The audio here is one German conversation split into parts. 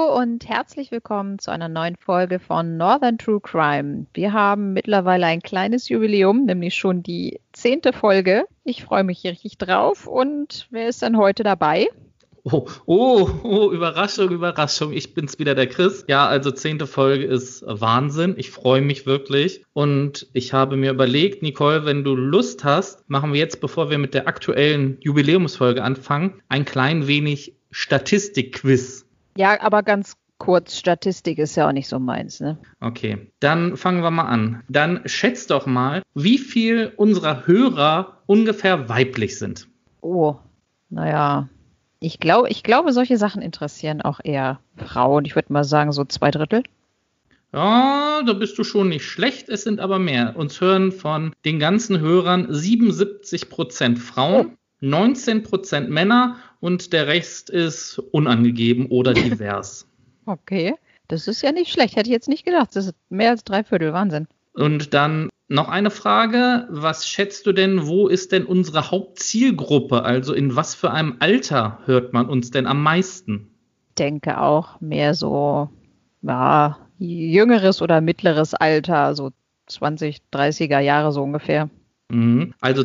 Hallo und herzlich willkommen zu einer neuen Folge von Northern True Crime. Wir haben mittlerweile ein kleines Jubiläum, nämlich schon die 10. Folge. Ich freue mich hier richtig drauf. Und wer ist denn heute dabei? Überraschung, Überraschung. Ich bin's wieder, der Chris. Ja, also 10. Folge ist Wahnsinn. Ich freue mich wirklich. Und ich habe mir überlegt, Nicole, wenn du Lust hast, machen wir jetzt, bevor wir mit der aktuellen Jubiläumsfolge anfangen, ein klein wenig Statistik-Quiz. Ja, aber ganz kurz, Statistik ist ja auch nicht so meins, ne? Okay, dann fangen wir mal an. Dann schätzt doch mal, wie viel unserer Hörer ungefähr weiblich sind. Oh, naja. Ich glaube, solche Sachen interessieren auch eher Frauen. Ich würde mal sagen, so 2/3. Ja, da bist du schon nicht schlecht. Es sind aber mehr. Uns hören von den ganzen Hörern 77% Frauen, 19% Männer und der Rest ist unangegeben oder divers. Okay, das ist ja nicht schlecht. Hätte ich jetzt nicht gedacht. Das ist mehr als 3/4. Wahnsinn. Und dann noch eine Frage. Was schätzt du denn, wo ist denn unsere Hauptzielgruppe? Also in was für einem Alter hört man uns denn am meisten? Ich denke auch mehr so, ja, jüngeres oder mittleres Alter, so 20, 30er Jahre so ungefähr. Also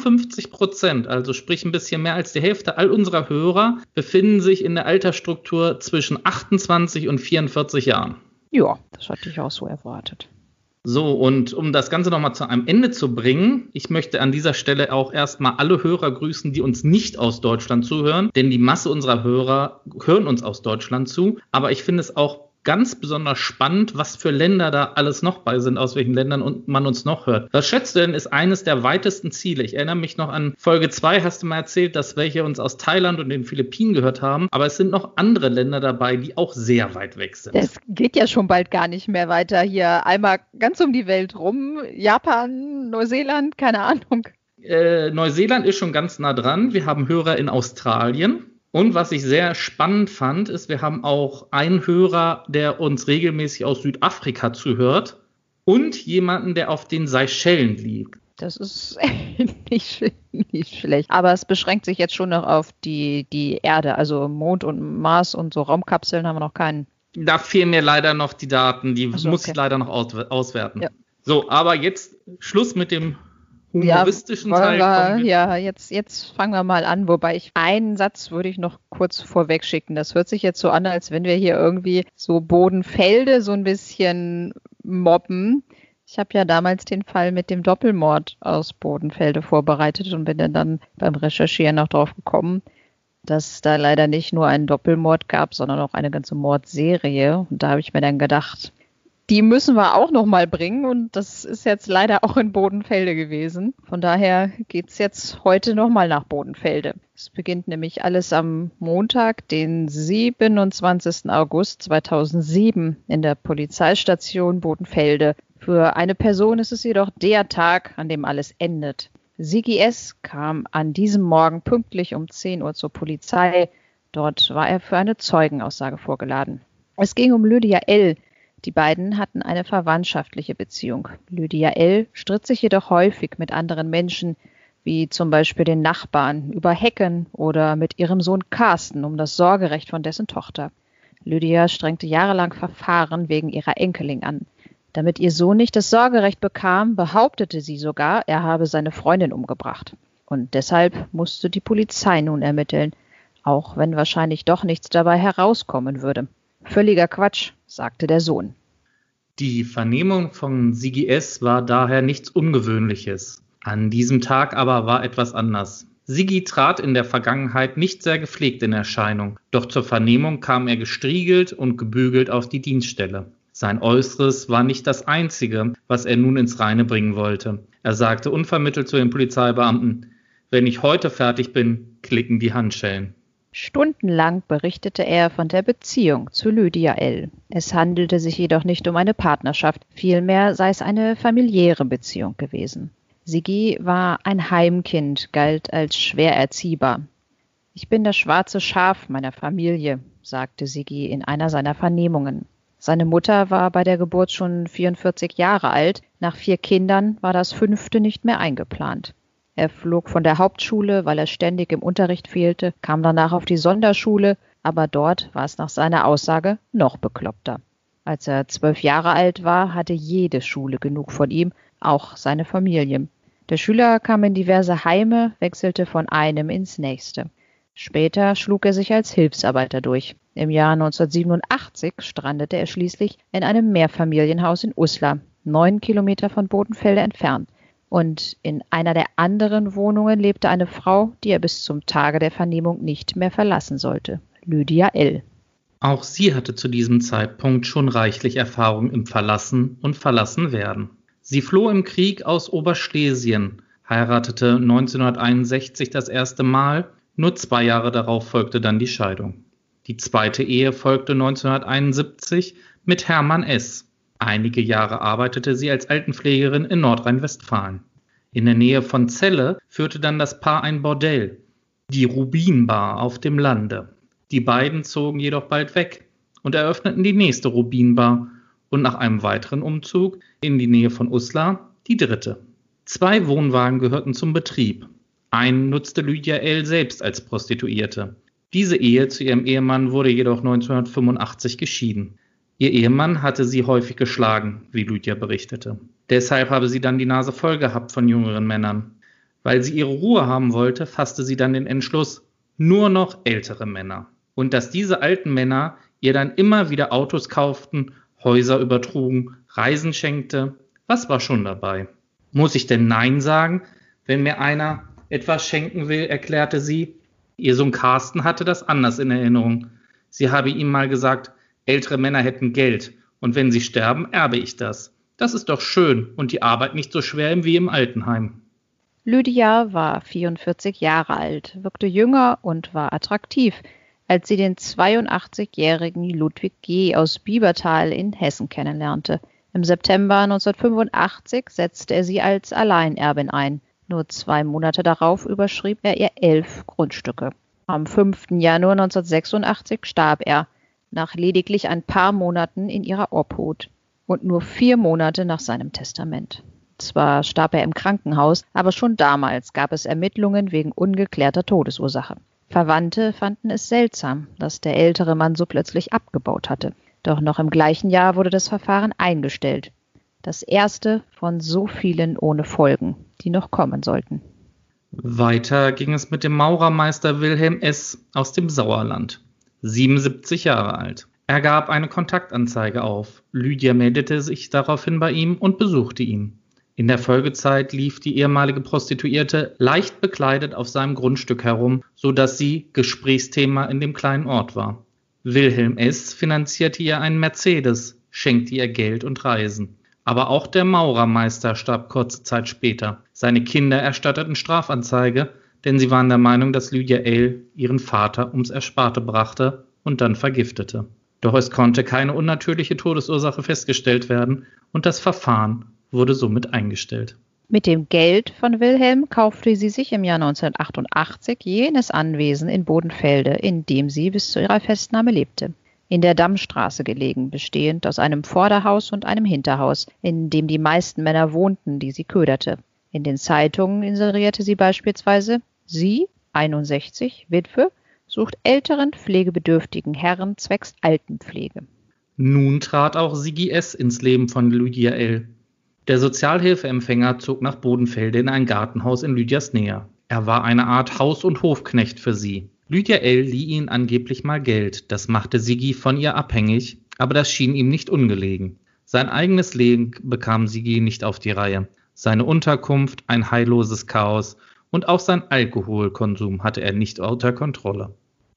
52%, also sprich ein bisschen mehr als die Hälfte all unserer Hörer, befinden sich in der Altersstruktur zwischen 28 und 44 Jahren. Ja, das hatte ich auch so erwartet. So, und um das Ganze nochmal zu einem Ende zu bringen, ich möchte an dieser Stelle auch erstmal alle Hörer grüßen, die uns nicht aus Deutschland zuhören, denn die Masse unserer Hörer hören uns aus Deutschland zu. Aber ich finde es auch ganz besonders spannend, was für Länder da alles noch bei sind, aus welchen Ländern man uns noch hört. Was schätzt du denn, ist eines der weitesten Ziele? Ich erinnere mich noch an Folge 2, hast du mal erzählt, dass welche uns aus Thailand und den Philippinen gehört haben, aber es sind noch andere Länder dabei, die auch sehr weit weg sind. Das geht ja schon bald gar nicht mehr weiter hier. Einmal ganz um die Welt rum, Japan, Neuseeland, keine Ahnung. Neuseeland ist schon ganz nah dran. Wir haben Hörer in Australien. Und was ich sehr spannend fand, ist, wir haben auch einen Hörer, der uns regelmäßig aus Südafrika zuhört und jemanden, der auf den Seychellen liegt. Das ist nicht schlecht. Aber es beschränkt sich jetzt schon noch auf die Erde, also Mond und Mars und so Raumkapseln haben wir noch keinen. Da fehlen mir leider noch die Daten, die muss ich leider noch auswerten. Ja. So, aber jetzt Schluss mit dem humoristischen Teil. Jetzt fangen wir mal an, wobei einen Satz würde ich noch kurz vorweg schicken. Das hört sich jetzt so an, als wenn wir hier irgendwie so Bodenfelde so ein bisschen mobben. Ich habe ja damals den Fall mit dem Doppelmord aus Bodenfelde vorbereitet und bin dann beim Recherchieren noch drauf gekommen, dass da leider nicht nur einen Doppelmord gab, sondern auch eine ganze Mordserie. Und da habe ich mir dann gedacht, die müssen wir auch noch mal bringen und das ist jetzt leider auch in Bodenfelde gewesen. Von daher geht's jetzt heute noch mal nach Bodenfelde. Es beginnt nämlich alles am Montag, den 27. August 2007 in der Polizeistation Bodenfelde. Für eine Person ist es jedoch der Tag, an dem alles endet. Sigi S. kam an diesem Morgen pünktlich um 10 Uhr zur Polizei. Dort war er für eine Zeugenaussage vorgeladen. Es ging um Lydia L. Die beiden hatten eine verwandtschaftliche Beziehung. Lydia L. stritt sich jedoch häufig mit anderen Menschen, wie zum Beispiel den Nachbarn, über Hecken oder mit ihrem Sohn Carsten um das Sorgerecht von dessen Tochter. Lydia strengte jahrelang Verfahren wegen ihrer Enkelin an. Damit ihr Sohn nicht das Sorgerecht bekam, behauptete sie sogar, er habe seine Freundin umgebracht. Und deshalb musste die Polizei nun ermitteln, auch wenn wahrscheinlich doch nichts dabei herauskommen würde. Völliger Quatsch, sagte der Sohn. Die Vernehmung von Sigi S. war daher nichts Ungewöhnliches. An diesem Tag aber war etwas anders. Sigi trat in der Vergangenheit nicht sehr gepflegt in Erscheinung, doch zur Vernehmung kam er gestriegelt und gebügelt auf die Dienststelle. Sein Äußeres war nicht das Einzige, was er nun ins Reine bringen wollte. Er sagte unvermittelt zu den Polizeibeamten: Wenn ich heute fertig bin, klicken die Handschellen. Stundenlang berichtete er von der Beziehung zu Lydia L. Es handelte sich jedoch nicht um eine Partnerschaft, vielmehr sei es eine familiäre Beziehung gewesen. Sigi war ein Heimkind, galt als schwer erziehbar. Ich bin das schwarze Schaf meiner Familie, sagte Sigi in einer seiner Vernehmungen. Seine Mutter war bei der Geburt schon 44 Jahre alt, nach 4 Kindern war das 5. nicht mehr eingeplant. Er flog von der Hauptschule, weil er ständig im Unterricht fehlte, kam danach auf die Sonderschule, aber dort war es nach seiner Aussage noch bekloppter. Als er 12 Jahre alt war, hatte jede Schule genug von ihm, auch seine Familie. Der Schüler kam in diverse Heime, wechselte von einem ins nächste. Später schlug er sich als Hilfsarbeiter durch. Im Jahr 1987 strandete er schließlich in einem Mehrfamilienhaus in Uslar, 9 Kilometer von Bodenfelde entfernt. Und in einer der anderen Wohnungen lebte eine Frau, die er bis zum Tage der Vernehmung nicht mehr verlassen sollte, Lydia L. Auch sie hatte zu diesem Zeitpunkt schon reichlich Erfahrung im Verlassen und Verlassenwerden. Sie floh im Krieg aus Oberschlesien, heiratete 1961 das erste Mal, nur 2 Jahre darauf folgte dann die Scheidung. Die zweite Ehe folgte 1971 mit Hermann S. Einige Jahre arbeitete sie als Altenpflegerin in Nordrhein-Westfalen. In der Nähe von Celle führte dann das Paar ein Bordell, die Rubinbar auf dem Lande. Die beiden zogen jedoch bald weg und eröffneten die nächste Rubinbar und nach einem weiteren Umzug in die Nähe von Uslar die dritte. 2 Wohnwagen gehörten zum Betrieb. Einen nutzte Lydia L. selbst als Prostituierte. Diese Ehe zu ihrem Ehemann wurde jedoch 1985 geschieden. Ihr Ehemann hatte sie häufig geschlagen, wie Lydia berichtete. Deshalb habe sie dann die Nase voll gehabt von jüngeren Männern. Weil sie ihre Ruhe haben wollte, fasste sie dann den Entschluss, nur noch ältere Männer. Und dass diese alten Männer ihr dann immer wieder Autos kauften, Häuser übertrugen, Reisen schenkte, was war schon dabei? Muss ich denn Nein sagen, wenn mir einer etwas schenken will, erklärte sie. Ihr Sohn Carsten hatte das anders in Erinnerung. Sie habe ihm mal gesagt, ältere Männer hätten Geld und wenn sie sterben, erbe ich das. Das ist doch schön und die Arbeit nicht so schwer wie im Altenheim. Lydia war 44 Jahre alt, wirkte jünger und war attraktiv, als sie den 82-jährigen Ludwig G. aus Biebertal in Hessen kennenlernte. Im September 1985 setzte er sie als Alleinerbin ein. Nur 2 Monate darauf überschrieb er ihr 11 Grundstücke. Am 5. Januar 1986 starb er, nach lediglich ein paar Monaten in ihrer Obhut und nur 4 Monate nach seinem Testament. Zwar starb er im Krankenhaus, aber schon damals gab es Ermittlungen wegen ungeklärter Todesursache. Verwandte fanden es seltsam, dass der ältere Mann so plötzlich abgebaut hatte. Doch noch im gleichen Jahr wurde das Verfahren eingestellt. Das erste von so vielen ohne Folgen, die noch kommen sollten. Weiter ging es mit dem Maurermeister Wilhelm S. aus dem Sauerland, 77 Jahre alt. Er gab eine Kontaktanzeige auf. Lydia meldete sich daraufhin bei ihm und besuchte ihn. In der Folgezeit lief die ehemalige Prostituierte leicht bekleidet auf seinem Grundstück herum, sodass sie Gesprächsthema in dem kleinen Ort war. Wilhelm S. finanzierte ihr einen Mercedes, schenkte ihr Geld und Reisen. Aber auch der Maurermeister starb kurze Zeit später. Seine Kinder erstatteten Strafanzeige, denn sie waren der Meinung, dass Lydia L. ihren Vater ums Ersparte brachte und dann vergiftete. Doch es konnte keine unnatürliche Todesursache festgestellt werden und das Verfahren wurde somit eingestellt. Mit dem Geld von Wilhelm kaufte sie sich im Jahr 1988 jenes Anwesen in Bodenfelde, in dem sie bis zu ihrer Festnahme lebte. In der Dammstraße gelegen, bestehend aus einem Vorderhaus und einem Hinterhaus, in dem die meisten Männer wohnten, die sie köderte. In den Zeitungen inserierte sie beispielsweise: Sie, 61, Witwe, sucht älteren pflegebedürftigen Herren zwecks Altenpflege. Nun trat auch Sigi S. ins Leben von Lydia L. Der Sozialhilfeempfänger zog nach Bodenfelde in ein Gartenhaus in Lydias Nähe. Er war eine Art Haus- und Hofknecht für sie. Lydia L. lieh ihnen angeblich mal Geld, das machte Sigi von ihr abhängig, aber das schien ihm nicht ungelegen. Sein eigenes Leben bekam Sigi nicht auf die Reihe. Seine Unterkunft ein heilloses Chaos und auch sein Alkoholkonsum hatte er nicht unter Kontrolle.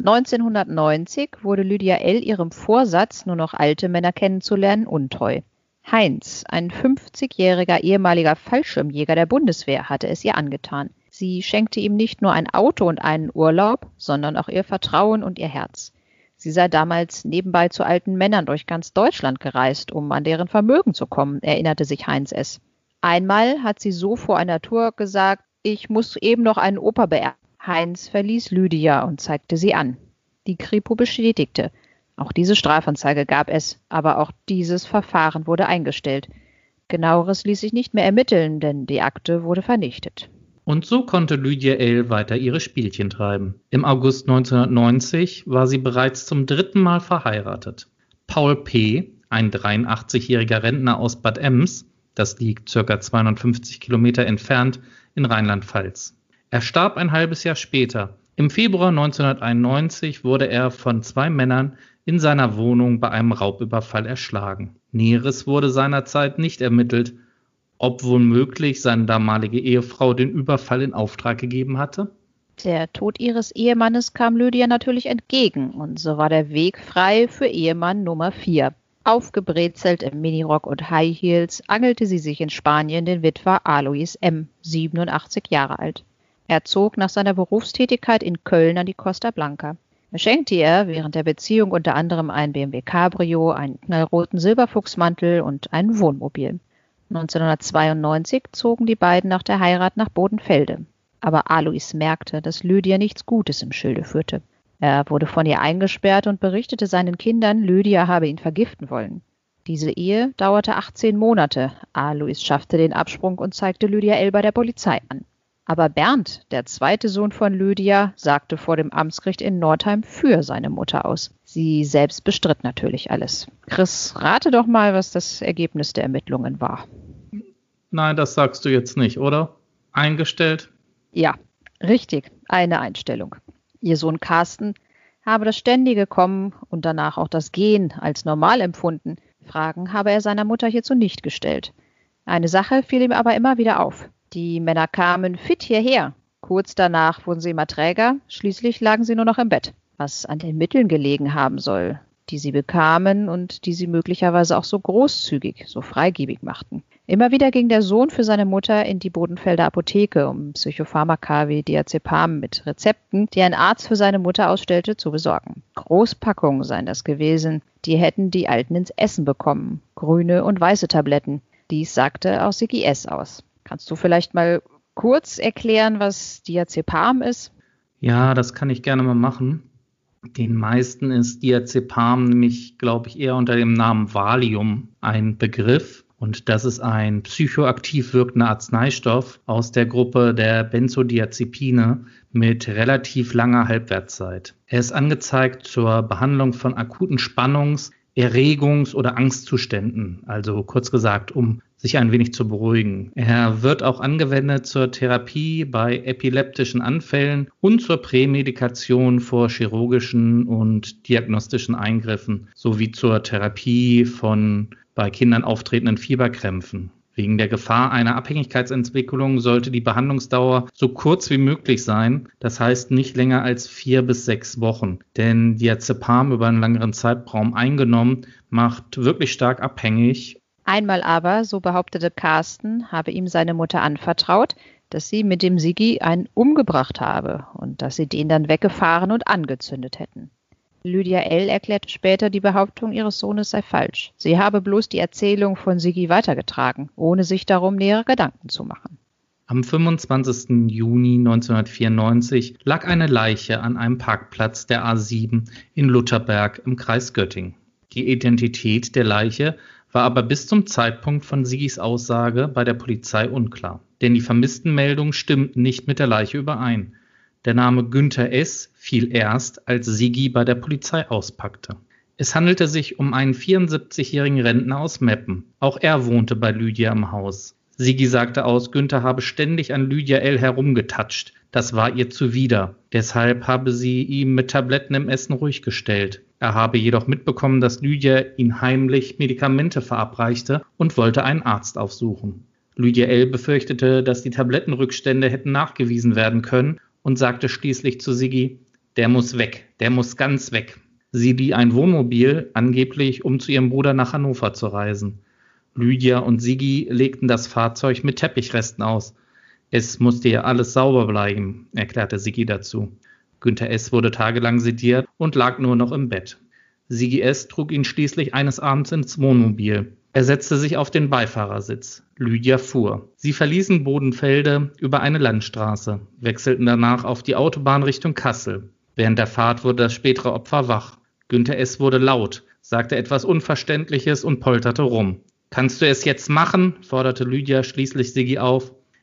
1990 wurde Lydia L. ihrem Vorsatz, nur noch alte Männer kennenzulernen, untreu. Heinz, ein 50-jähriger ehemaliger Fallschirmjäger der Bundeswehr, hatte es ihr angetan. Sie schenkte ihm nicht nur ein Auto und einen Urlaub, sondern auch ihr Vertrauen und ihr Herz. Sie sei damals nebenbei zu alten Männern durch ganz Deutschland gereist, um an deren Vermögen zu kommen, erinnerte sich Heinz S. Einmal hat sie so vor einer Tour gesagt: Ich muss eben noch einen Opa beerben. Heinz verließ Lydia und zeigte sie an. Die Kripo bestätigte: Auch diese Strafanzeige gab es, aber auch dieses Verfahren wurde eingestellt. Genaueres ließ sich nicht mehr ermitteln, denn die Akte wurde vernichtet. Und so konnte Lydia L. weiter ihre Spielchen treiben. Im August 1990 war sie bereits zum 3. Mal verheiratet. Paul P., ein 83-jähriger Rentner aus Bad Ems, das liegt ca. 250 Kilometer entfernt in Rheinland-Pfalz. Er starb ein halbes Jahr später. Im Februar 1991 wurde er von 2 Männern in seiner Wohnung bei einem Raubüberfall erschlagen. Näheres wurde seinerzeit nicht ermittelt, ob womöglich seine damalige Ehefrau den Überfall in Auftrag gegeben hatte. Der Tod ihres Ehemannes kam Lydia natürlich entgegen und so war der Weg frei für Ehemann Nummer 4. Aufgebrezelt im Minirock und High Heels angelte sie sich in Spanien den Witwer Alois M., 87 Jahre alt. Er zog nach seiner Berufstätigkeit in Köln an die Costa Blanca. Er schenkte ihr während der Beziehung unter anderem ein BMW Cabrio, einen knallroten Silberfuchsmantel und ein Wohnmobil. 1992 zogen die beiden nach der Heirat nach Bodenfelde. Aber Alois merkte, dass Lydia nichts Gutes im Schilde führte. Er wurde von ihr eingesperrt und berichtete seinen Kindern, Lydia habe ihn vergiften wollen. Diese Ehe dauerte 18 Monate. Alois schaffte den Absprung und zeigte Lydia L. bei der Polizei an. Aber Bernd, der zweite Sohn von Lydia, sagte vor dem Amtsgericht in Nordheim für seine Mutter aus. Sie selbst bestritt natürlich alles. Chris, rate doch mal, was das Ergebnis der Ermittlungen war. Nein, das sagst du jetzt nicht, oder? Eingestellt? Ja, richtig, eine Einstellung. Ihr Sohn Carsten habe das ständige Kommen und danach auch das Gehen als normal empfunden. Fragen habe er seiner Mutter hierzu nicht gestellt. Eine Sache fiel ihm aber immer wieder auf. Die Männer kamen fit hierher. Kurz danach wurden sie immer träger, schließlich lagen sie nur noch im Bett. Was an den Mitteln gelegen haben soll, die sie bekamen und die sie möglicherweise auch so großzügig, so freigebig machten. Immer wieder ging der Sohn für seine Mutter in die Bodenfelder Apotheke, um Psychopharmaka wie Diazepam mit Rezepten, die ein Arzt für seine Mutter ausstellte, zu besorgen. Großpackungen seien das gewesen, die hätten die Alten ins Essen bekommen. Grüne und weiße Tabletten. Dies sagte auch Sigi S. aus. Kannst du vielleicht mal kurz erklären, was Diazepam ist? Ja, das kann ich gerne mal machen. Den meisten ist Diazepam nämlich, glaube ich, eher unter dem Namen Valium ein Begriff. Und das ist ein psychoaktiv wirkender Arzneistoff aus der Gruppe der Benzodiazepine mit relativ langer Halbwertszeit. Er ist angezeigt zur Behandlung von akuten Spannungs-, Erregungs- oder Angstzuständen, also kurz gesagt, um sich ein wenig zu beruhigen. Er wird auch angewendet zur Therapie bei epileptischen Anfällen und zur Prämedikation vor chirurgischen und diagnostischen Eingriffen sowie zur Therapie von bei Kindern auftretenden Fieberkrämpfen. Wegen der Gefahr einer Abhängigkeitsentwicklung sollte die Behandlungsdauer so kurz wie möglich sein, das heißt nicht länger als 4 bis 6 Wochen. Denn Diazepam über einen längeren Zeitraum eingenommen macht wirklich stark abhängig. Einmal aber, so behauptete Carsten, habe ihm seine Mutter anvertraut, dass sie mit dem Sigi einen umgebracht habe und dass sie den dann weggefahren und angezündet hätten. Lydia L. erklärte später, die Behauptung ihres Sohnes sei falsch. Sie habe bloß die Erzählung von Sigi weitergetragen, ohne sich darum nähere Gedanken zu machen. Am 25. Juni 1994 lag eine Leiche an einem Parkplatz der A7 in Lutherberg im Kreis Göttingen. Die Identität der Leiche war aber bis zum Zeitpunkt von Sigis Aussage bei der Polizei unklar. Denn die Vermisstenmeldungen stimmten nicht mit der Leiche überein. Der Name Günther S. fiel erst, als Sigi bei der Polizei auspackte. Es handelte sich um einen 74-jährigen Rentner aus Meppen. Auch er wohnte bei Lydia im Haus. Sigi sagte aus, Günther habe ständig an Lydia L. herumgetatscht. Das war ihr zuwider. Deshalb habe sie ihm mit Tabletten im Essen ruhig gestellt. Er habe jedoch mitbekommen, dass Lydia ihm heimlich Medikamente verabreichte und wollte einen Arzt aufsuchen. Lydia L. befürchtete, dass die Tablettenrückstände hätten nachgewiesen werden können und sagte schließlich zu Sigi, der muss weg, der muss ganz weg. Sie lieh ein Wohnmobil, angeblich um zu ihrem Bruder nach Hannover zu reisen. Lydia und Sigi legten das Fahrzeug mit Teppichresten aus. Es musste ja alles sauber bleiben, erklärte Sigi dazu. Günther S. wurde tagelang sediert und lag nur noch im Bett. Sigi S. trug ihn schließlich eines Abends ins Wohnmobil. Er setzte sich auf den Beifahrersitz. Lydia fuhr. Sie verließen Bodenfelde über eine Landstraße, wechselten danach auf die Autobahn Richtung Kassel. Während der Fahrt wurde das spätere Opfer wach. Günther S. wurde laut, sagte etwas Unverständliches und polterte rum. »Kannst du es jetzt machen?« forderte Lydia schließlich Sigi auf.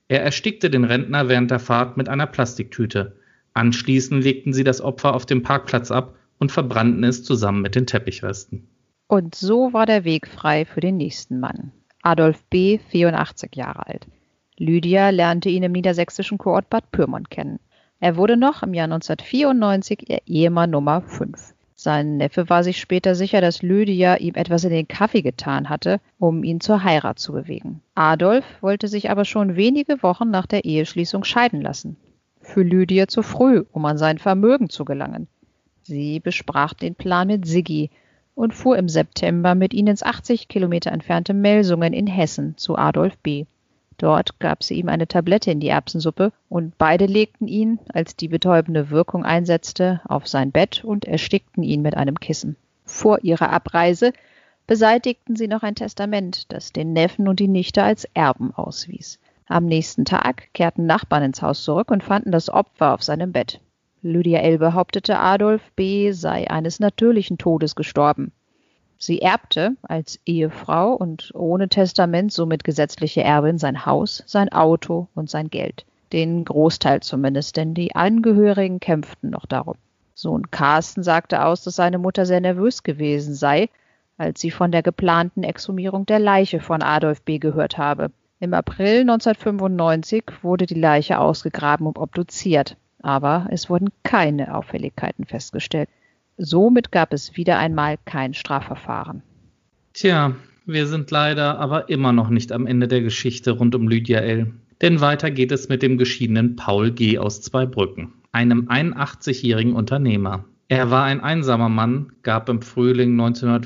Er erstickte den Rentner während der Fahrt mit einer Plastiktüte. Anschließend legten sie das Opfer auf dem Parkplatz ab und verbrannten es zusammen mit den Teppichresten. Und so war der Weg frei für den nächsten Mann. Adolf B., 84 Jahre alt. Lydia lernte ihn im niedersächsischen Kurort Bad Pyrmont kennen. Er wurde noch im Jahr 1994 ihr Ehemann Nummer 5. Sein Neffe war sich später sicher, dass Lydia ihm etwas in den Kaffee getan hatte, um ihn zur Heirat zu bewegen. Adolf wollte sich aber schon wenige Wochen nach der Eheschließung scheiden lassen. Für Lydia zu früh, um an sein Vermögen zu gelangen. Sie besprach den Plan mit Siggi und fuhr im September mit ihm ins 80 Kilometer entfernte Melsungen in Hessen zu Adolf B. Dort gab sie ihm eine Tablette in die Erbsensuppe und beide legten ihn, als die betäubende Wirkung einsetzte, auf sein Bett und erstickten ihn mit einem Kissen. Vor ihrer Abreise beseitigten sie noch ein Testament, das den Neffen und die Nichte als Erben auswies. Am nächsten Tag kehrten Nachbarn ins Haus zurück und fanden das Opfer auf seinem Bett. Lydia L. behauptete, Adolf B. sei eines natürlichen Todes gestorben. Sie erbte als Ehefrau und ohne Testament somit gesetzliche Erbin sein Haus, sein Auto und sein Geld. Den Großteil zumindest, denn die Angehörigen kämpften noch darum. Sohn Carsten sagte aus, dass seine Mutter sehr nervös gewesen sei, als sie von der geplanten Exhumierung der Leiche von Adolf B. gehört habe. Im April 1995 wurde die Leiche ausgegraben und obduziert, aber es wurden keine Auffälligkeiten festgestellt. Somit gab es wieder einmal kein Strafverfahren. Tja, wir sind leider aber immer noch nicht am Ende der Geschichte rund um Lydia L. Denn weiter geht es mit dem geschiedenen Paul G. aus Zweibrücken, einem 81-jährigen Unternehmer. Er war ein einsamer Mann, gab im Frühling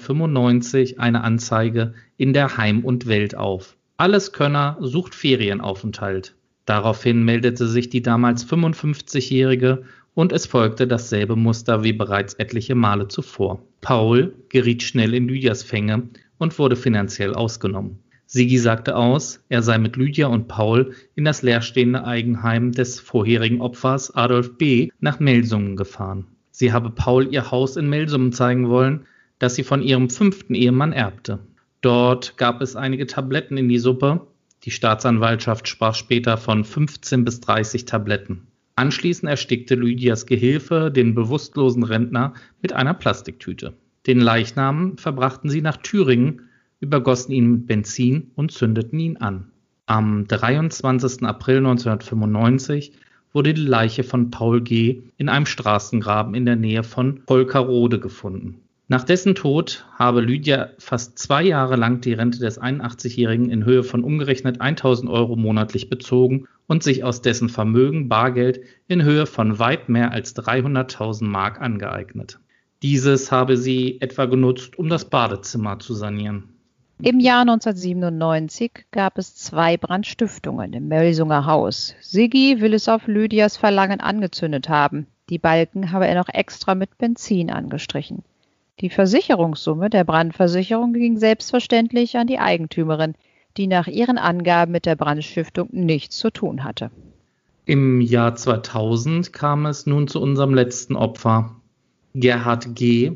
1995 eine Anzeige in der Heim und Welt auf. Alleskönner sucht Ferienaufenthalt. Daraufhin meldete sich die damals 55-jährige und es folgte dasselbe Muster wie bereits etliche Male zuvor. Paul geriet schnell in Lydias Fänge und wurde finanziell ausgenommen. Siggi sagte aus, er sei mit Lydia und Paul in das leerstehende Eigenheim des vorherigen Opfers Adolf B. nach Melsungen gefahren. Sie habe Paul ihr Haus in Melsungen zeigen wollen, das sie von ihrem 5. Ehemann erbte. Dort gab es einige Tabletten in die Suppe. Die Staatsanwaltschaft sprach später von 15 bis 30 Tabletten. Anschließend erstickte Lydias Gehilfe den bewusstlosen Rentner mit einer Plastiktüte. Den Leichnam verbrachten sie nach Thüringen, übergossen ihn mit Benzin und zündeten ihn an. Am 23. April 1995 wurde die Leiche von Paul G. in einem Straßengraben in der Nähe von Polkerode gefunden. Nach dessen Tod habe Lydia fast 2 Jahre lang die Rente des 81-Jährigen in Höhe von umgerechnet 1.000 € monatlich bezogen und sich aus dessen Vermögen Bargeld in Höhe von weit mehr als 300.000 Mark angeeignet. Dieses habe sie etwa genutzt, um das Badezimmer zu sanieren. Im Jahr 1997 gab es 2 Brandstiftungen im Mölsunger Haus. Siggi will es auf Lydias Verlangen angezündet haben. Die Balken habe er noch extra mit Benzin angestrichen. Die Versicherungssumme der Brandversicherung ging selbstverständlich an die Eigentümerin, die nach ihren Angaben mit der Brandstiftung nichts zu tun hatte. Im Jahr 2000 kam es nun zu unserem letzten Opfer. Gerhard G.,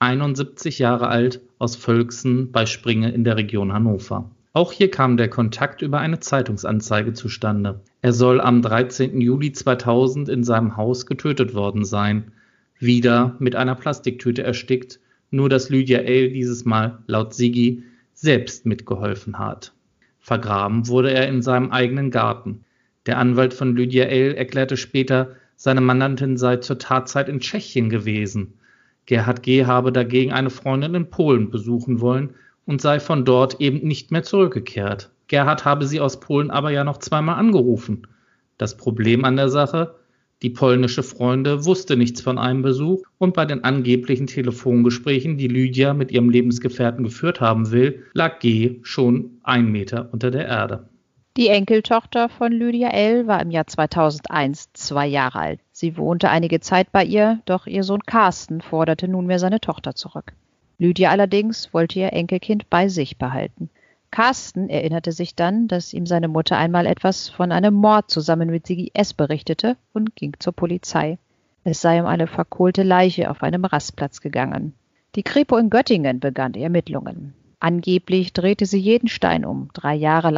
71 Jahre alt, aus Völksen bei Springe in der Region Hannover. Auch hier kam der Kontakt über eine Zeitungsanzeige zustande. Er soll am 13. Juli 2000 in seinem Haus getötet worden sein. Wieder mit einer Plastiktüte erstickt, nur dass Lydia L. dieses Mal laut Siggi selbst mitgeholfen hat. Vergraben wurde er in seinem eigenen Garten. Der Anwalt von Lydia L. erklärte später, seine Mandantin sei zur Tatzeit in Tschechien gewesen. Gerhard G. habe dagegen eine Freundin in Polen besuchen wollen und sei von dort eben nicht mehr zurückgekehrt. Gerhard habe sie aus Polen aber ja noch 2-mal angerufen. Das Problem an der Sache: die polnische Freundin wusste nichts von einem Besuch und bei den angeblichen Telefongesprächen, die Lydia mit ihrem Lebensgefährten geführt haben will, lag G. schon 1 Meter unter der Erde. Die Enkeltochter von Lydia L. war im Jahr 2001 2 Jahre alt. Sie wohnte einige Zeit bei ihr, doch ihr Sohn Carsten forderte nunmehr seine Tochter zurück. Lydia allerdings wollte ihr Enkelkind bei sich behalten. Carsten erinnerte sich dann, dass ihm seine Mutter einmal etwas von einem Mord zusammen mit Siggi S. berichtete und ging zur Polizei. Es sei um eine verkohlte Leiche auf einem Rastplatz gegangen. Die Kripo in Göttingen begann die Ermittlungen. Angeblich drehte sie jeden Stein um, 3 Jahre lang,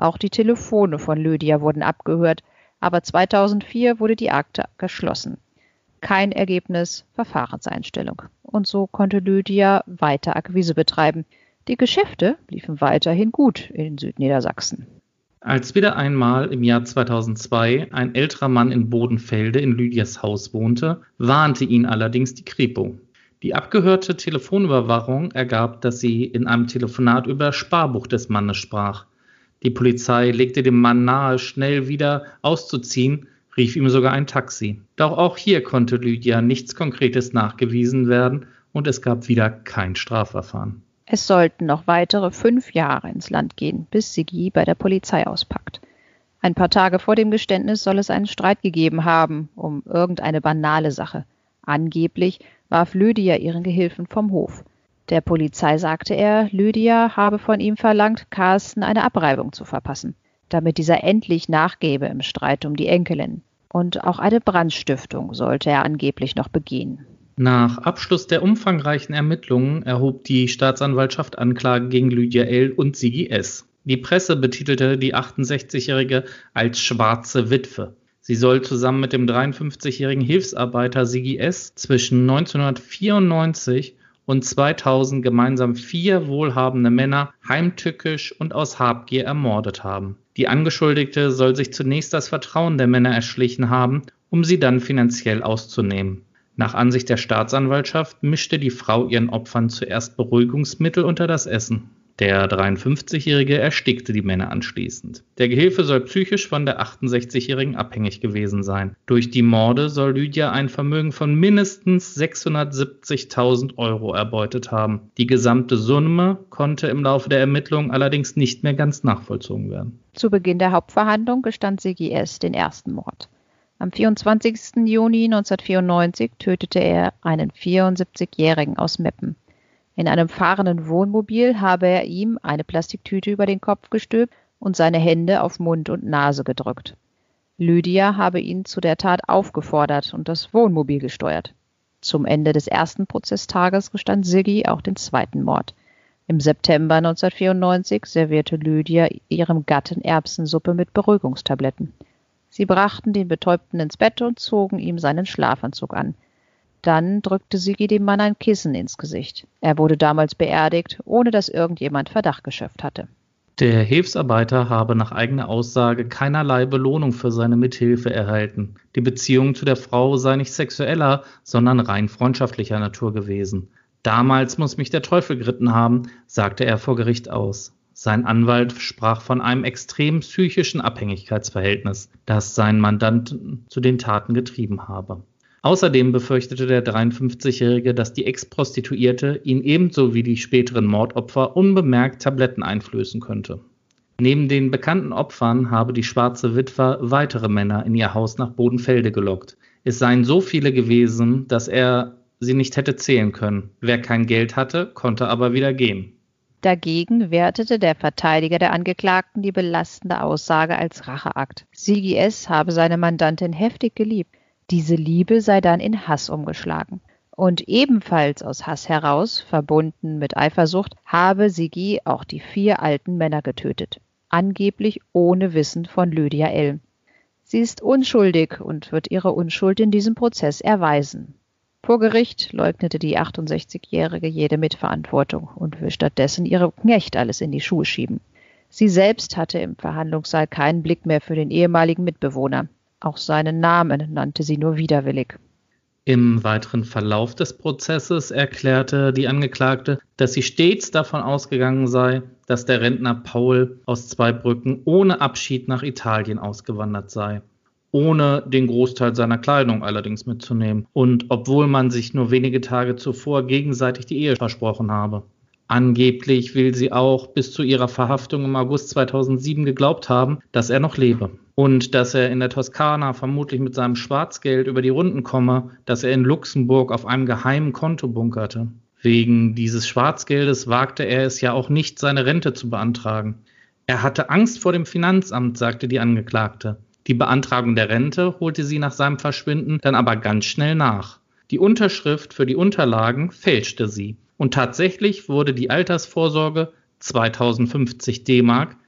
Auch die Telefone von Lydia wurden abgehört, aber 2004 wurde die Akte geschlossen. Kein Ergebnis, Verfahrenseinstellung. Und so konnte Lydia weiter Akquise betreiben. Die Geschäfte liefen weiterhin gut in Südniedersachsen. Als wieder einmal im Jahr 2002 ein älterer Mann in Bodenfelde in Lydias Haus wohnte, warnte ihn allerdings die Kripo. Die abgehörte Telefonüberwachung ergab, dass sie in einem Telefonat über das Sparbuch des Mannes sprach. Die Polizei legte dem Mann nahe, schnell wieder auszuziehen, rief ihm sogar ein Taxi. Doch auch hier konnte Lydia nichts Konkretes nachgewiesen werden und es gab wieder kein Strafverfahren. Es sollten noch weitere 5 Jahre ins Land gehen, bis Siggi bei der Polizei auspackt. Ein paar Tage vor dem Geständnis soll es einen Streit gegeben haben, um irgendeine banale Sache. Angeblich warf Lydia ihren Gehilfen vom Hof. Der Polizei sagte er, Lydia habe von ihm verlangt, Carsten eine Abreibung zu verpassen, damit dieser endlich nachgebe im Streit um die Enkelin. Und auch eine Brandstiftung sollte er angeblich noch begehen. Nach Abschluss der umfangreichen Ermittlungen erhob die Staatsanwaltschaft Anklage gegen Lydia L. und Siggi S. Die Presse betitelte die 68-Jährige als schwarze Witwe. Sie soll zusammen mit dem 53-jährigen Hilfsarbeiter Siggi S. zwischen 1994 und 2000 gemeinsam 4 wohlhabende Männer heimtückisch und aus Habgier ermordet haben. Die Angeschuldigte soll sich zunächst das Vertrauen der Männer erschlichen haben, um sie dann finanziell auszunehmen. Nach Ansicht der Staatsanwaltschaft mischte die Frau ihren Opfern zuerst Beruhigungsmittel unter das Essen. Der 53-Jährige erstickte die Männer anschließend. Der Gehilfe soll psychisch von der 68-Jährigen abhängig gewesen sein. Durch die Morde soll Lydia ein Vermögen von mindestens 670.000 € erbeutet haben. Die gesamte Summe konnte im Laufe der Ermittlungen allerdings nicht mehr ganz nachvollzogen werden. Zu Beginn der Hauptverhandlung gestand Siggi S. den ersten Mord. Am 24. Juni 1994 tötete er einen 74-Jährigen aus Meppen. In einem fahrenden Wohnmobil habe er ihm eine Plastiktüte über den Kopf gestülpt und seine Hände auf Mund und Nase gedrückt. Lydia habe ihn zu der Tat aufgefordert und das Wohnmobil gesteuert. Zum Ende des ersten Prozesstages gestand Siggi auch den zweiten Mord. Im September 1994 servierte Lydia ihrem Gatten Erbsensuppe mit Beruhigungstabletten. Sie brachten den Betäubten ins Bett und zogen ihm seinen Schlafanzug an. Dann drückte Siggi dem Mann ein Kissen ins Gesicht. Er wurde damals beerdigt, ohne dass irgendjemand Verdacht geschöpft hatte. Der Hilfsarbeiter habe nach eigener Aussage keinerlei Belohnung für seine Mithilfe erhalten. Die Beziehung zu der Frau sei nicht sexueller, sondern rein freundschaftlicher Natur gewesen. Damals muss mich der Teufel geritten haben, sagte er vor Gericht aus. Sein Anwalt sprach von einem extrem psychischen Abhängigkeitsverhältnis, das seinen Mandanten zu den Taten getrieben habe. Außerdem befürchtete der 53-Jährige, dass die Ex-Prostituierte ihn ebenso wie die späteren Mordopfer unbemerkt Tabletten einflößen könnte. Neben den bekannten Opfern habe die schwarze Witwe weitere Männer in ihr Haus nach Bodenfelde gelockt. Es seien so viele gewesen, dass er sie nicht hätte zählen können. Wer kein Geld hatte, konnte aber wieder gehen. Dagegen wertete der Verteidiger der Angeklagten die belastende Aussage als Racheakt. Siggi S. habe seine Mandantin heftig geliebt. Diese Liebe sei dann in Hass umgeschlagen. Und ebenfalls aus Hass heraus, verbunden mit Eifersucht, habe Siggi auch die 4 alten Männer getötet. Angeblich ohne Wissen von Lydia L. Sie ist unschuldig und wird ihre Unschuld in diesem Prozess erweisen. Vor Gericht leugnete die 68-Jährige jede Mitverantwortung und will stattdessen ihrem Knecht alles in die Schuhe schieben. Sie selbst hatte im Verhandlungssaal keinen Blick mehr für den ehemaligen Mitbewohner. Auch seinen Namen nannte sie nur widerwillig. Im weiteren Verlauf des Prozesses erklärte die Angeklagte, dass sie stets davon ausgegangen sei, dass der Rentner Paul aus Zweibrücken ohne Abschied nach Italien ausgewandert sei, ohne den Großteil seiner Kleidung allerdings mitzunehmen und obwohl man sich nur wenige Tage zuvor gegenseitig die Ehe versprochen habe. Angeblich will sie auch bis zu ihrer Verhaftung im August 2007 geglaubt haben, dass er noch lebe und dass er in der Toskana vermutlich mit seinem Schwarzgeld über die Runden komme, das er in Luxemburg auf einem geheimen Konto bunkerte. Wegen dieses Schwarzgeldes wagte er es ja auch nicht, seine Rente zu beantragen. Er hatte Angst vor dem Finanzamt, sagte die Angeklagte. Die Beantragung der Rente holte sie nach seinem Verschwinden dann aber ganz schnell nach. Die Unterschrift für die Unterlagen fälschte sie. Und tatsächlich wurde die Altersvorsorge 2050 D-Mark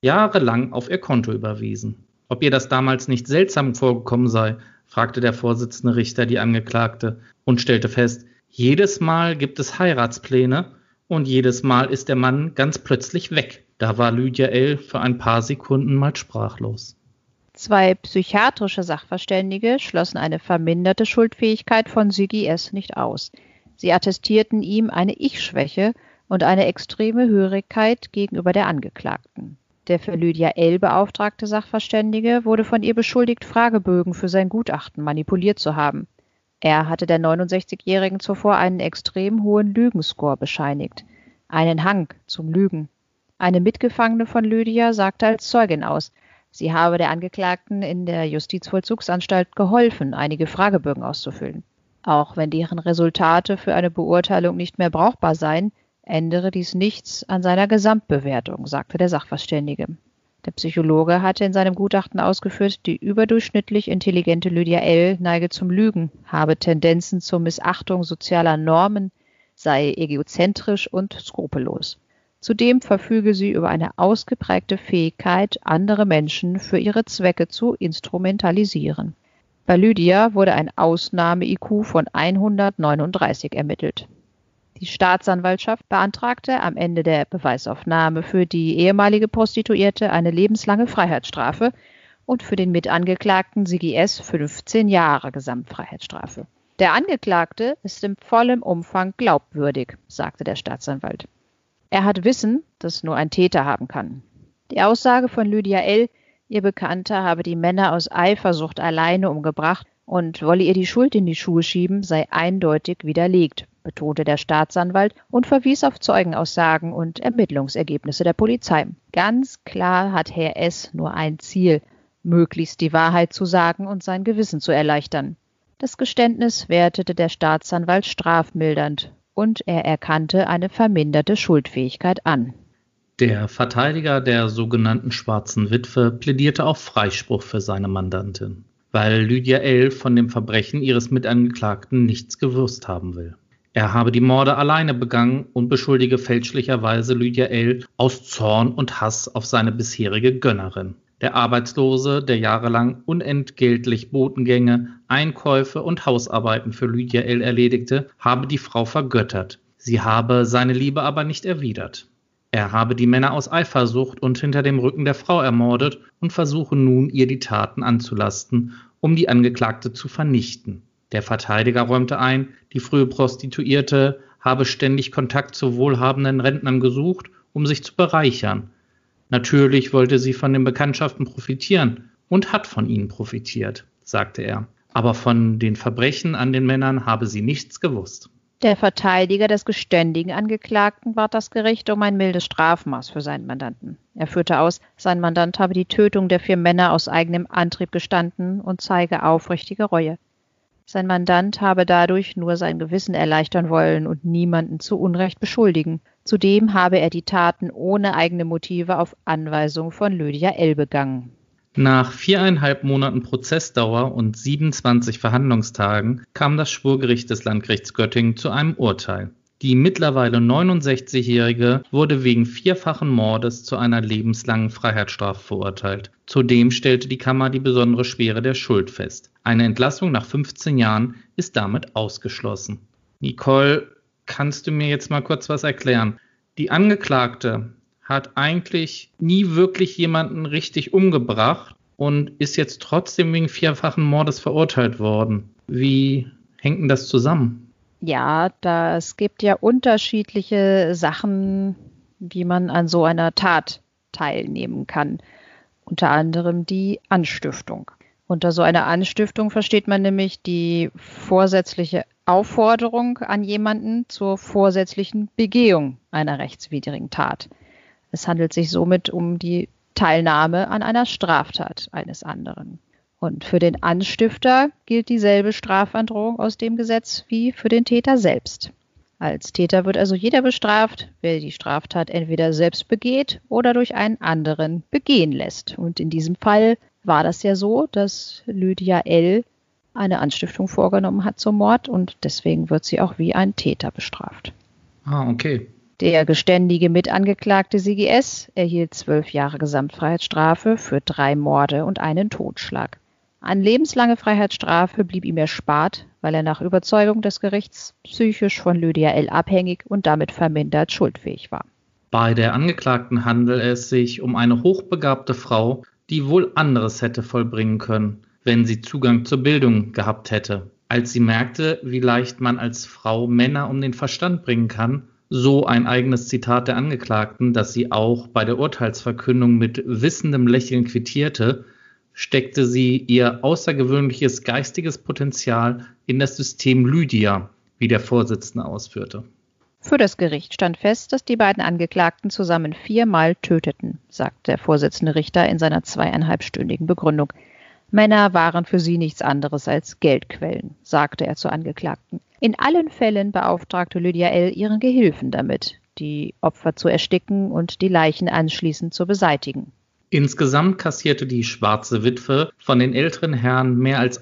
jahrelang auf ihr Konto überwiesen. Ob ihr das damals nicht seltsam vorgekommen sei, fragte der Vorsitzende Richter die Angeklagte und stellte fest, jedes Mal gibt es Heiratspläne und jedes Mal ist der Mann ganz plötzlich weg. Da war Lydia L. für ein paar Sekunden mal sprachlos. 2 psychiatrische Sachverständige schlossen eine verminderte Schuldfähigkeit von Sigi S. nicht aus. Sie attestierten ihm eine Ich-Schwäche und eine extreme Hörigkeit gegenüber der Angeklagten. Der für Lydia L. beauftragte Sachverständige wurde von ihr beschuldigt, Fragebögen für sein Gutachten manipuliert zu haben. Er hatte der 69-Jährigen zuvor einen extrem hohen Lügenscore bescheinigt, einen Hang zum Lügen. Eine Mitgefangene von Lydia sagte als Zeugin aus, sie habe der Angeklagten in der Justizvollzugsanstalt geholfen, einige Fragebögen auszufüllen. Auch wenn deren Resultate für eine Beurteilung nicht mehr brauchbar seien, ändere dies nichts an seiner Gesamtbewertung, sagte der Sachverständige. Der Psychologe hatte in seinem Gutachten ausgeführt, die überdurchschnittlich intelligente Lydia L. neige zum Lügen, habe Tendenzen zur Missachtung sozialer Normen, sei egozentrisch und skrupellos. Zudem verfüge sie über eine ausgeprägte Fähigkeit, andere Menschen für ihre Zwecke zu instrumentalisieren. Bei Lydia wurde ein Ausnahme-IQ von 139 ermittelt. Die Staatsanwaltschaft beantragte am Ende der Beweisaufnahme für die ehemalige Prostituierte eine lebenslange Freiheitsstrafe und für den Mitangeklagten Sigi S. 15 Jahre Gesamtfreiheitsstrafe. Der Angeklagte ist in vollem Umfang glaubwürdig, sagte der Staatsanwalt. Er hat Wissen, das nur ein Täter haben kann. Die Aussage von Lydia L., ihr Bekannter habe die Männer aus Eifersucht alleine umgebracht und wolle ihr die Schuld in die Schuhe schieben, sei eindeutig widerlegt, betonte der Staatsanwalt und verwies auf Zeugenaussagen und Ermittlungsergebnisse der Polizei. Ganz klar hat Herr S. nur ein Ziel, möglichst die Wahrheit zu sagen und sein Gewissen zu erleichtern. Das Geständnis wertete der Staatsanwalt strafmildernd und er erkannte eine verminderte Schuldfähigkeit an. Der Verteidiger der sogenannten Schwarzen Witwe plädierte auf Freispruch für seine Mandantin, weil Lydia L. von dem Verbrechen ihres Mitangeklagten nichts gewusst haben will. Er habe die Morde alleine begangen und beschuldige fälschlicherweise Lydia L. aus Zorn und Hass auf seine bisherige Gönnerin. Der Arbeitslose, der jahrelang unentgeltlich Botengänge, Einkäufe und Hausarbeiten für Lydia L. erledigte, habe die Frau vergöttert. Sie habe seine Liebe aber nicht erwidert. Er habe die Männer aus Eifersucht und hinter dem Rücken der Frau ermordet und versuche nun, ihr die Taten anzulasten, um die Angeklagte zu vernichten. Der Verteidiger räumte ein, die frühe Prostituierte habe ständig Kontakt zu wohlhabenden Rentnern gesucht, um sich zu bereichern. Natürlich wollte sie von den Bekanntschaften profitieren und hat von ihnen profitiert, sagte er. Aber von den Verbrechen an den Männern habe sie nichts gewusst. Der Verteidiger des geständigen Angeklagten bat das Gericht um ein mildes Strafmaß für seinen Mandanten. Er führte aus, sein Mandant habe die Tötung der 4 Männer aus eigenem Antrieb gestanden und zeige aufrichtige Reue. Sein Mandant habe dadurch nur sein Gewissen erleichtern wollen und niemanden zu Unrecht beschuldigen. Zudem habe er die Taten ohne eigene Motive auf Anweisung von Lydia L. begangen. Nach 4,5 Monaten Prozessdauer und 27 Verhandlungstagen kam das Schwurgericht des Landgerichts Göttingen zu einem Urteil. Die mittlerweile 69-Jährige wurde wegen 4-fachen Mordes zu einer lebenslangen Freiheitsstrafe verurteilt. Zudem stellte die Kammer die besondere Schwere der Schuld fest. Eine Entlassung nach 15 Jahren ist damit ausgeschlossen. Nicole, kannst du mir jetzt mal kurz was erklären? Die Angeklagte hat eigentlich nie wirklich jemanden richtig umgebracht und ist jetzt trotzdem wegen 4-fachen Mordes verurteilt worden. Wie hängt denn das zusammen? Ja, es gibt ja unterschiedliche Sachen, wie man an so einer Tat teilnehmen kann. Unter anderem die Anstiftung. Unter so einer Anstiftung versteht man nämlich die vorsätzliche Aufforderung an jemanden zur vorsätzlichen Begehung einer rechtswidrigen Tat. Es handelt sich somit um die Teilnahme an einer Straftat eines anderen. Und für den Anstifter gilt dieselbe Strafandrohung aus dem Gesetz wie für den Täter selbst. Als Täter wird also jeder bestraft, wer die Straftat entweder selbst begeht oder durch einen anderen begehen lässt. Und in diesem Fall war das ja so, dass Lydia L. eine Anstiftung vorgenommen hat zum Mord und deswegen wird sie auch wie ein Täter bestraft. Ah, okay. Der geständige Mitangeklagte Sigi S. erhielt 12 Jahre Gesamtfreiheitsstrafe für 3 Morde und einen Totschlag. Eine lebenslange Freiheitsstrafe blieb ihm erspart, weil er nach Überzeugung des Gerichts psychisch von Lydia L. abhängig und damit vermindert schuldfähig war. Bei der Angeklagten handelt es sich um eine hochbegabte Frau, die wohl anderes hätte vollbringen können, wenn sie Zugang zur Bildung gehabt hätte. Als sie merkte, wie leicht man als Frau Männer um den Verstand bringen kann, so ein eigenes Zitat der Angeklagten, das sie auch bei der Urteilsverkündung mit wissendem Lächeln quittierte, steckte sie ihr außergewöhnliches geistiges Potenzial in das System Lydia, wie der Vorsitzende ausführte. Für das Gericht stand fest, dass die beiden Angeklagten zusammen 4-mal töteten, sagt der Vorsitzende Richter in seiner 2,5-stündigen Begründung. Männer waren für sie nichts anderes als Geldquellen, sagte er zur Angeklagten. In allen Fällen beauftragte Lydia L. ihren Gehilfen damit, die Opfer zu ersticken und die Leichen anschließend zu beseitigen. Insgesamt kassierte die schwarze Witwe von den älteren Herren mehr als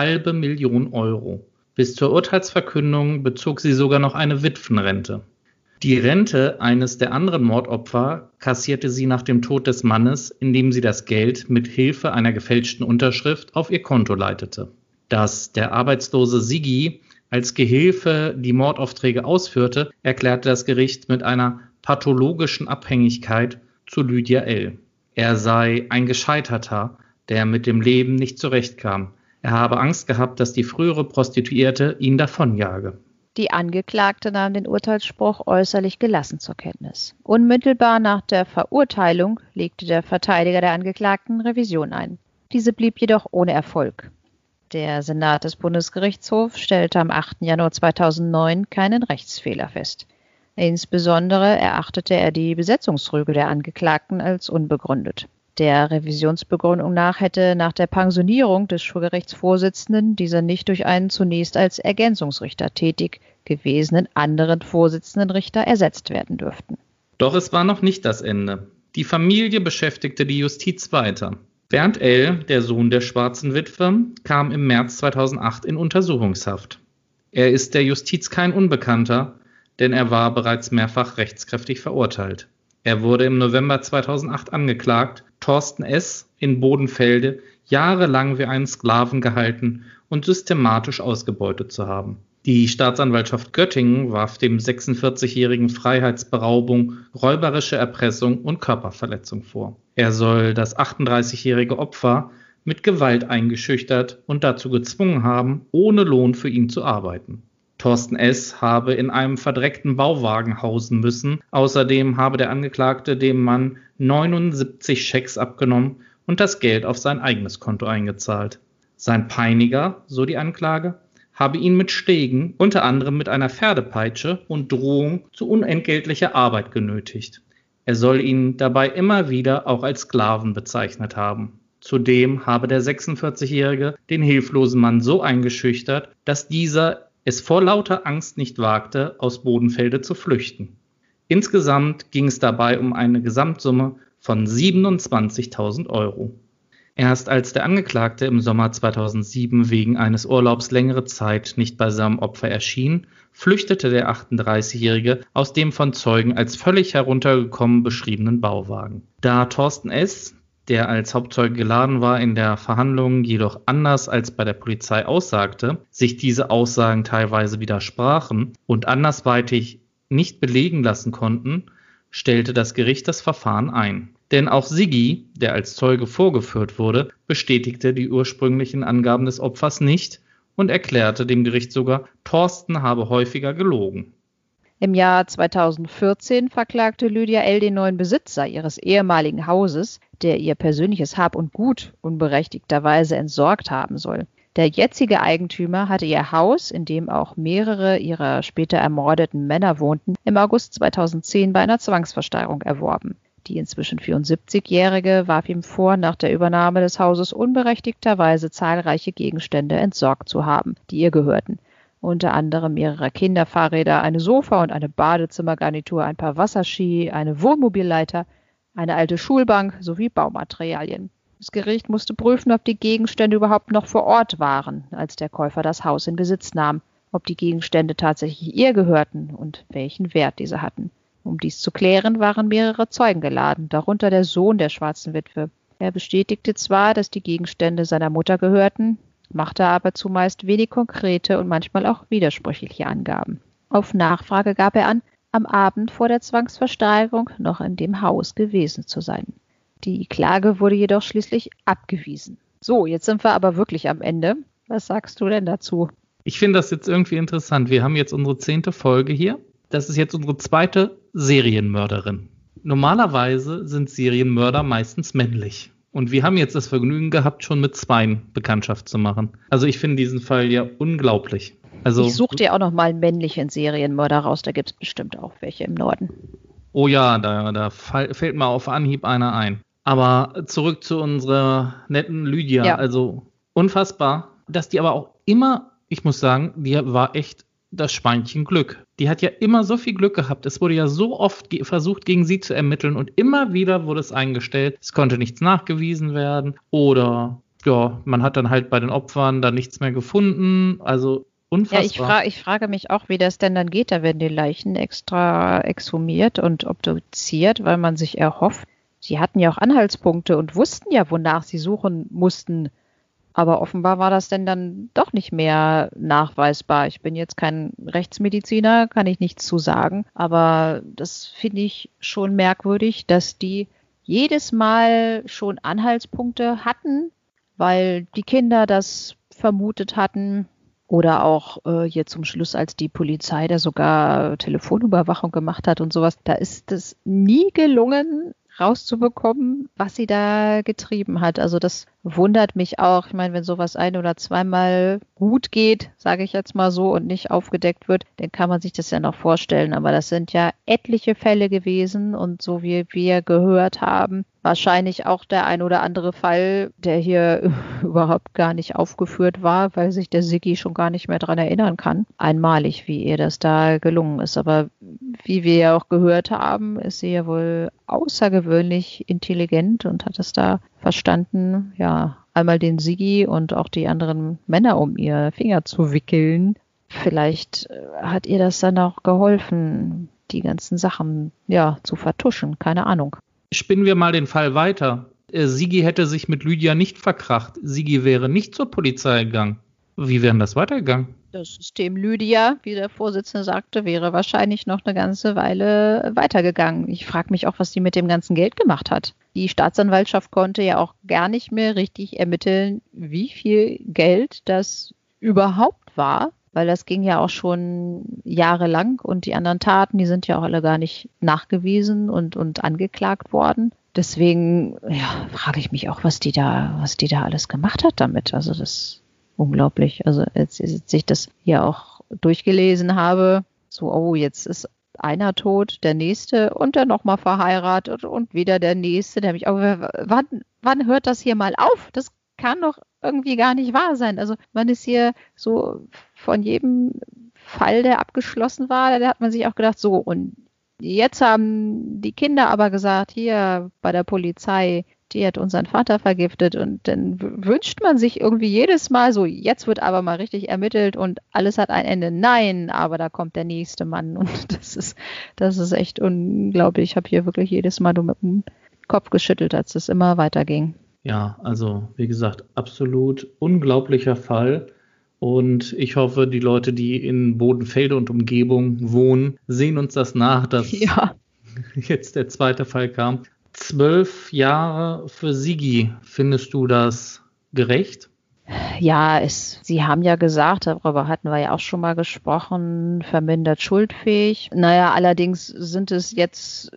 500.000 Euro. Bis zur Urteilsverkündung bezog sie sogar noch eine Witwenrente. Die Rente eines der anderen Mordopfer kassierte sie nach dem Tod des Mannes, indem sie das Geld mit Hilfe einer gefälschten Unterschrift auf ihr Konto leitete. Dass der arbeitslose Sigi als Gehilfe die Mordaufträge ausführte, erklärte das Gericht mit einer pathologischen Abhängigkeit zu Lydia L. Er sei ein Gescheiterter, der mit dem Leben nicht zurechtkam. Er habe Angst gehabt, dass die frühere Prostituierte ihn davonjage. Die Angeklagte nahm den Urteilsspruch äußerlich gelassen zur Kenntnis. Unmittelbar nach der Verurteilung legte der Verteidiger der Angeklagten Revision ein. Diese blieb jedoch ohne Erfolg. Der Senat des Bundesgerichtshofs stellte am 8. Januar 2009 keinen Rechtsfehler fest. Insbesondere erachtete er die Besetzungsrüge der Angeklagten als unbegründet. Der Revisionsbegründung nach hätte nach der Pensionierung des Schwurgerichtsvorsitzenden dieser nicht durch einen zunächst als Ergänzungsrichter tätig gewesenen anderen Vorsitzenden Richter ersetzt werden dürften. Doch es war noch nicht das Ende. Die Familie beschäftigte die Justiz weiter. Bernd L., der Sohn der schwarzen Witwe, kam im März 2008 in Untersuchungshaft. Er ist der Justiz kein Unbekannter, denn er war bereits mehrfach rechtskräftig verurteilt. Er wurde im November 2008 angeklagt, Thorsten S. in Bodenfelde jahrelang wie einen Sklaven gehalten und systematisch ausgebeutet zu haben. Die Staatsanwaltschaft Göttingen warf dem 46-jährigen Freiheitsberaubung, räuberische Erpressung und Körperverletzung vor. Er soll das 38-jährige Opfer mit Gewalt eingeschüchtert und dazu gezwungen haben, ohne Lohn für ihn zu arbeiten. Thorsten S. habe in einem verdreckten Bauwagen hausen müssen. Außerdem habe der Angeklagte dem Mann 79 Schecks abgenommen und das Geld auf sein eigenes Konto eingezahlt. Sein Peiniger, so die Anklage, habe ihn mit Schlägen, unter anderem mit einer Pferdepeitsche und Drohung zu unentgeltlicher Arbeit genötigt. Er soll ihn dabei immer wieder auch als Sklaven bezeichnet haben. Zudem habe der 46-Jährige den hilflosen Mann so eingeschüchtert, dass dieser es vor lauter Angst nicht wagte, aus Bodenfelde zu flüchten. Insgesamt ging es dabei um eine Gesamtsumme von 27.000 Euro. Erst als der Angeklagte im Sommer 2007 wegen eines Urlaubs längere Zeit nicht bei seinem Opfer erschien, flüchtete der 38-Jährige aus dem von Zeugen als völlig heruntergekommen beschriebenen Bauwagen. Da Thorsten S., der als Hauptzeuge geladen war, in der Verhandlung jedoch anders als bei der Polizei aussagte, sich diese Aussagen teilweise widersprachen und andersweitig nicht belegen lassen konnten, stellte das Gericht das Verfahren ein. Denn auch Sigi, der als Zeuge vorgeführt wurde, bestätigte die ursprünglichen Angaben des Opfers nicht und erklärte dem Gericht sogar, Thorsten habe häufiger gelogen. Im Jahr 2014 verklagte Lydia L. den neuen Besitzer ihres ehemaligen Hauses, der ihr persönliches Hab und Gut unberechtigterweise entsorgt haben soll. Der jetzige Eigentümer hatte ihr Haus, in dem auch mehrere ihrer später ermordeten Männer wohnten, im August 2010 bei einer Zwangsversteigerung erworben. Die inzwischen 74-Jährige warf ihm vor, nach der Übernahme des Hauses unberechtigterweise zahlreiche Gegenstände entsorgt zu haben, die ihr gehörten. Unter anderem mehrere Kinderfahrräder, eine Sofa- und eine Badezimmergarnitur, ein paar Wasserski, eine Wohnmobilleiter, eine alte Schulbank sowie Baumaterialien. Das Gericht musste prüfen, ob die Gegenstände überhaupt noch vor Ort waren, als der Käufer das Haus in Besitz nahm, ob die Gegenstände tatsächlich ihr gehörten und welchen Wert diese hatten. Um dies zu klären, waren mehrere Zeugen geladen, darunter der Sohn der schwarzen Witwe. Er bestätigte zwar, dass die Gegenstände seiner Mutter gehörten, machte aber zumeist wenig konkrete und manchmal auch widersprüchliche Angaben. Auf Nachfrage gab er an, am Abend vor der Zwangsversteigerung noch in dem Haus gewesen zu sein. Die Klage wurde jedoch schließlich abgewiesen. So, jetzt sind wir aber wirklich am Ende. Was sagst du denn dazu? Ich finde das jetzt irgendwie interessant. Wir haben jetzt unsere 10. Folge hier. Das ist jetzt unsere 2. Serienmörderin. Normalerweise sind Serienmörder meistens männlich. Und wir haben jetzt das Vergnügen gehabt, schon mit 2 Bekanntschaft zu machen. Also ich finde diesen Fall ja unglaublich. Also, ich suche dir auch noch mal einen männlichen Serienmörder raus. Da gibt es bestimmt auch welche im Norden. Oh ja, da fällt mir auf Anhieb einer ein. Aber zurück zu unserer netten Lydia. Ja. Also unfassbar, dass die aber auch immer, ich muss sagen, die war echt das Schweinchen Glück. Die hat ja immer so viel Glück gehabt. Es wurde ja so oft versucht, gegen sie zu ermitteln und immer wieder wurde es eingestellt. Es konnte nichts nachgewiesen werden oder ja, man hat dann halt bei den Opfern dann nichts mehr gefunden. Also unfassbar. Ja, ich frage mich auch, wie das denn dann geht. Da werden die Leichen extra exhumiert und obduziert, weil man sich erhofft. Sie hatten ja auch Anhaltspunkte und wussten ja, wonach sie suchen mussten. Aber offenbar war das denn dann doch nicht mehr nachweisbar. Ich bin jetzt kein Rechtsmediziner, kann ich nichts zu sagen. Aber das finde ich schon merkwürdig, dass die jedes Mal schon Anhaltspunkte hatten, weil die Kinder das vermutet hatten. Oder auch hier zum Schluss, als die Polizei da sogar Telefonüberwachung gemacht hat und sowas. Da ist es nie gelungen, rauszubekommen, was sie da getrieben hat. Also das wundert mich auch. Ich meine, wenn sowas 1- oder zweimal gut geht, sage ich jetzt mal so, und nicht aufgedeckt wird, dann kann man sich das ja noch vorstellen. Aber das sind ja etliche Fälle gewesen und so wie wir gehört haben, wahrscheinlich auch der ein oder andere Fall, der hier überhaupt gar nicht aufgeführt war, weil sich der Siggi schon gar nicht mehr dran erinnern kann. Einmalig, wie ihr das da gelungen ist. Aber wie wir ja auch gehört haben, ist sie ja wohl außergewöhnlich intelligent und hat es da verstanden, ja, einmal den Siggi und auch die anderen Männer um ihr Finger zu wickeln. Vielleicht hat ihr das dann auch geholfen, die ganzen Sachen, ja, zu vertuschen. Keine Ahnung. Spinnen wir mal den Fall weiter. Siggi hätte sich mit Lydia nicht verkracht. Siggi wäre nicht zur Polizei gegangen. Wie wäre das weitergegangen? Das System Lydia, wie der Vorsitzende sagte, wäre wahrscheinlich noch eine ganze Weile weitergegangen. Ich frage mich auch, was die mit dem ganzen Geld gemacht hat. Die Staatsanwaltschaft konnte ja auch gar nicht mehr richtig ermitteln, wie viel Geld das überhaupt war, weil das ging ja auch schon jahrelang und die anderen Taten, die sind ja auch alle gar nicht nachgewiesen und angeklagt worden. Deswegen ja, frage ich mich auch, was die da alles gemacht hat damit. Also das ist unglaublich. Also als ich das hier auch durchgelesen habe, so, oh, jetzt ist einer tot, der nächste und dann nochmal verheiratet und wieder der nächste. Der mich auch, wann hört das hier mal auf? Das kann doch irgendwie gar nicht wahr sein. Also man ist hier so von jedem Fall, der abgeschlossen war, da hat man sich auch gedacht, so, und jetzt haben die Kinder aber gesagt, hier bei der Polizei, die hat unseren Vater vergiftet und dann wünscht man sich irgendwie jedes Mal so, jetzt wird aber mal richtig ermittelt und alles hat ein Ende. Nein, aber da kommt der nächste Mann und das ist echt unglaublich. Ich habe hier wirklich jedes Mal nur mit dem Kopf geschüttelt, als es immer weiterging. Ja, also wie gesagt, absolut unglaublicher Fall. Und ich hoffe, die Leute, die in Bodenfelde und Umgebung wohnen, sehen uns das nach, dass jetzt der 2. Fall kam. 12 Jahre für Siggi. Findest du das gerecht? Ja, Sie haben ja gesagt, darüber hatten wir ja auch schon mal gesprochen, vermindert schuldfähig. Naja, allerdings sind es jetzt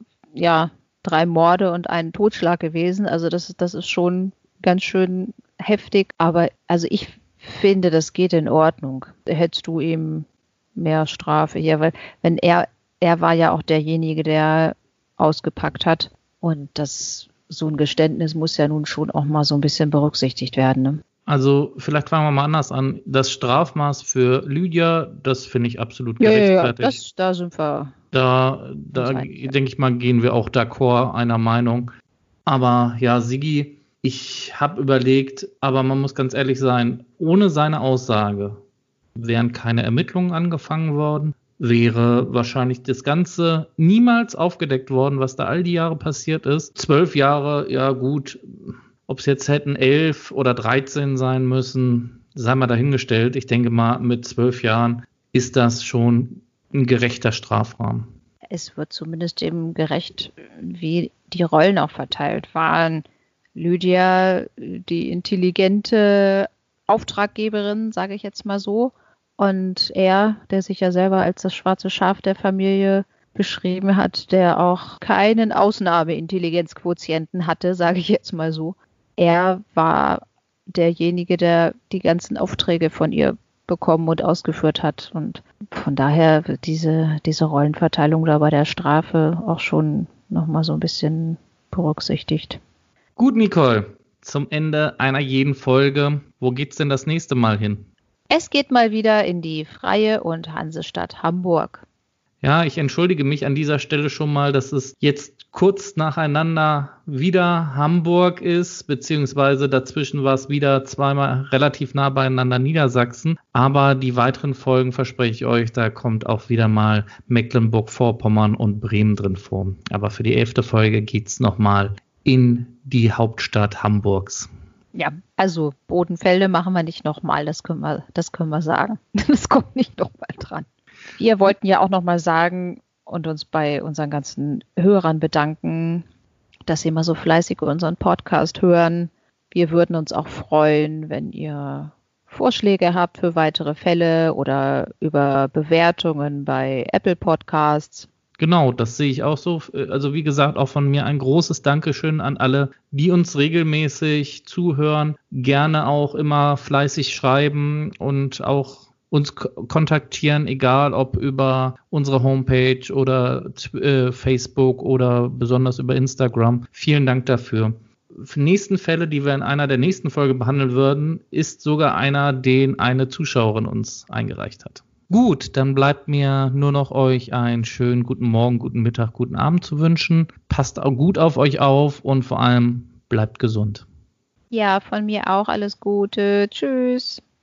3 Morde und ein Totschlag gewesen. Also das ist schon ganz schön heftig. Aber also ich finde, das geht in Ordnung. Hättest du ihm mehr Strafe hier, weil wenn er war ja auch derjenige, der ausgepackt hat. Und so ein Geständnis muss ja nun schon auch mal so ein bisschen berücksichtigt werden. Ne? Also vielleicht fangen wir mal anders an. Das Strafmaß für Lydia, das finde ich absolut gerechtfertigt. Da sind wir. Da denke ich mal, gehen wir auch d'accord einer Meinung. Aber ja, Siggi, ich habe überlegt, aber man muss ganz ehrlich sein, ohne seine Aussage wären keine Ermittlungen angefangen worden. wäre wahrscheinlich das Ganze niemals aufgedeckt worden, was da all die Jahre passiert ist. 12 Jahre, ja gut, ob es jetzt hätten 11 oder 13 sein müssen, sei mal dahingestellt. Ich denke mal, mit 12 Jahren ist das schon ein gerechter Strafrahmen. Es wird zumindest eben gerecht, wie die Rollen auch verteilt waren. Lydia, die intelligente Auftraggeberin, sage ich jetzt mal so. Und er, der sich ja selber als das schwarze Schaf der Familie beschrieben hat, der auch keinen Ausnahmeintelligenzquotienten hatte, sage ich jetzt mal so. Er war derjenige, der die ganzen Aufträge von ihr bekommen und ausgeführt hat. Und von daher wird diese Rollenverteilung da bei der Strafe auch schon nochmal so ein bisschen berücksichtigt. Gut, Nicole, zum Ende einer jeden Folge. Wo geht's denn das nächste Mal hin? Es geht mal wieder in die Freie und Hansestadt Hamburg. Ja, ich entschuldige mich an dieser Stelle schon mal, dass es jetzt kurz nacheinander wieder Hamburg ist, beziehungsweise dazwischen war es wieder zweimal relativ nah beieinander Niedersachsen. Aber die weiteren Folgen verspreche ich euch, da kommt auch wieder mal Mecklenburg-Vorpommern und Bremen drin vor. Aber für die 11. Folge geht's nochmal in die Hauptstadt Hamburgs. Ja, also Bodenfelde machen wir nicht nochmal, das können wir sagen. Das kommt nicht nochmal dran. Wir wollten ja auch nochmal sagen und uns bei unseren ganzen Hörern bedanken, dass sie immer so fleißig unseren Podcast hören. Wir würden uns auch freuen, wenn ihr Vorschläge habt für weitere Fälle oder über Bewertungen bei Apple Podcasts. Genau, das sehe ich auch so. Also wie gesagt, auch von mir ein großes Dankeschön an alle, die uns regelmäßig zuhören, gerne auch immer fleißig schreiben und auch uns kontaktieren, egal ob über unsere Homepage oder Facebook oder besonders über Instagram. Vielen Dank dafür. Für die nächsten Fälle, die wir in einer der nächsten Folgen behandeln würden, ist sogar einer, den eine Zuschauerin uns eingereicht hat. Gut, dann bleibt mir nur noch euch einen schönen guten Morgen, guten Mittag, guten Abend zu wünschen. Passt auch gut auf euch auf und vor allem bleibt gesund. Ja, von mir auch alles Gute. Tschüss.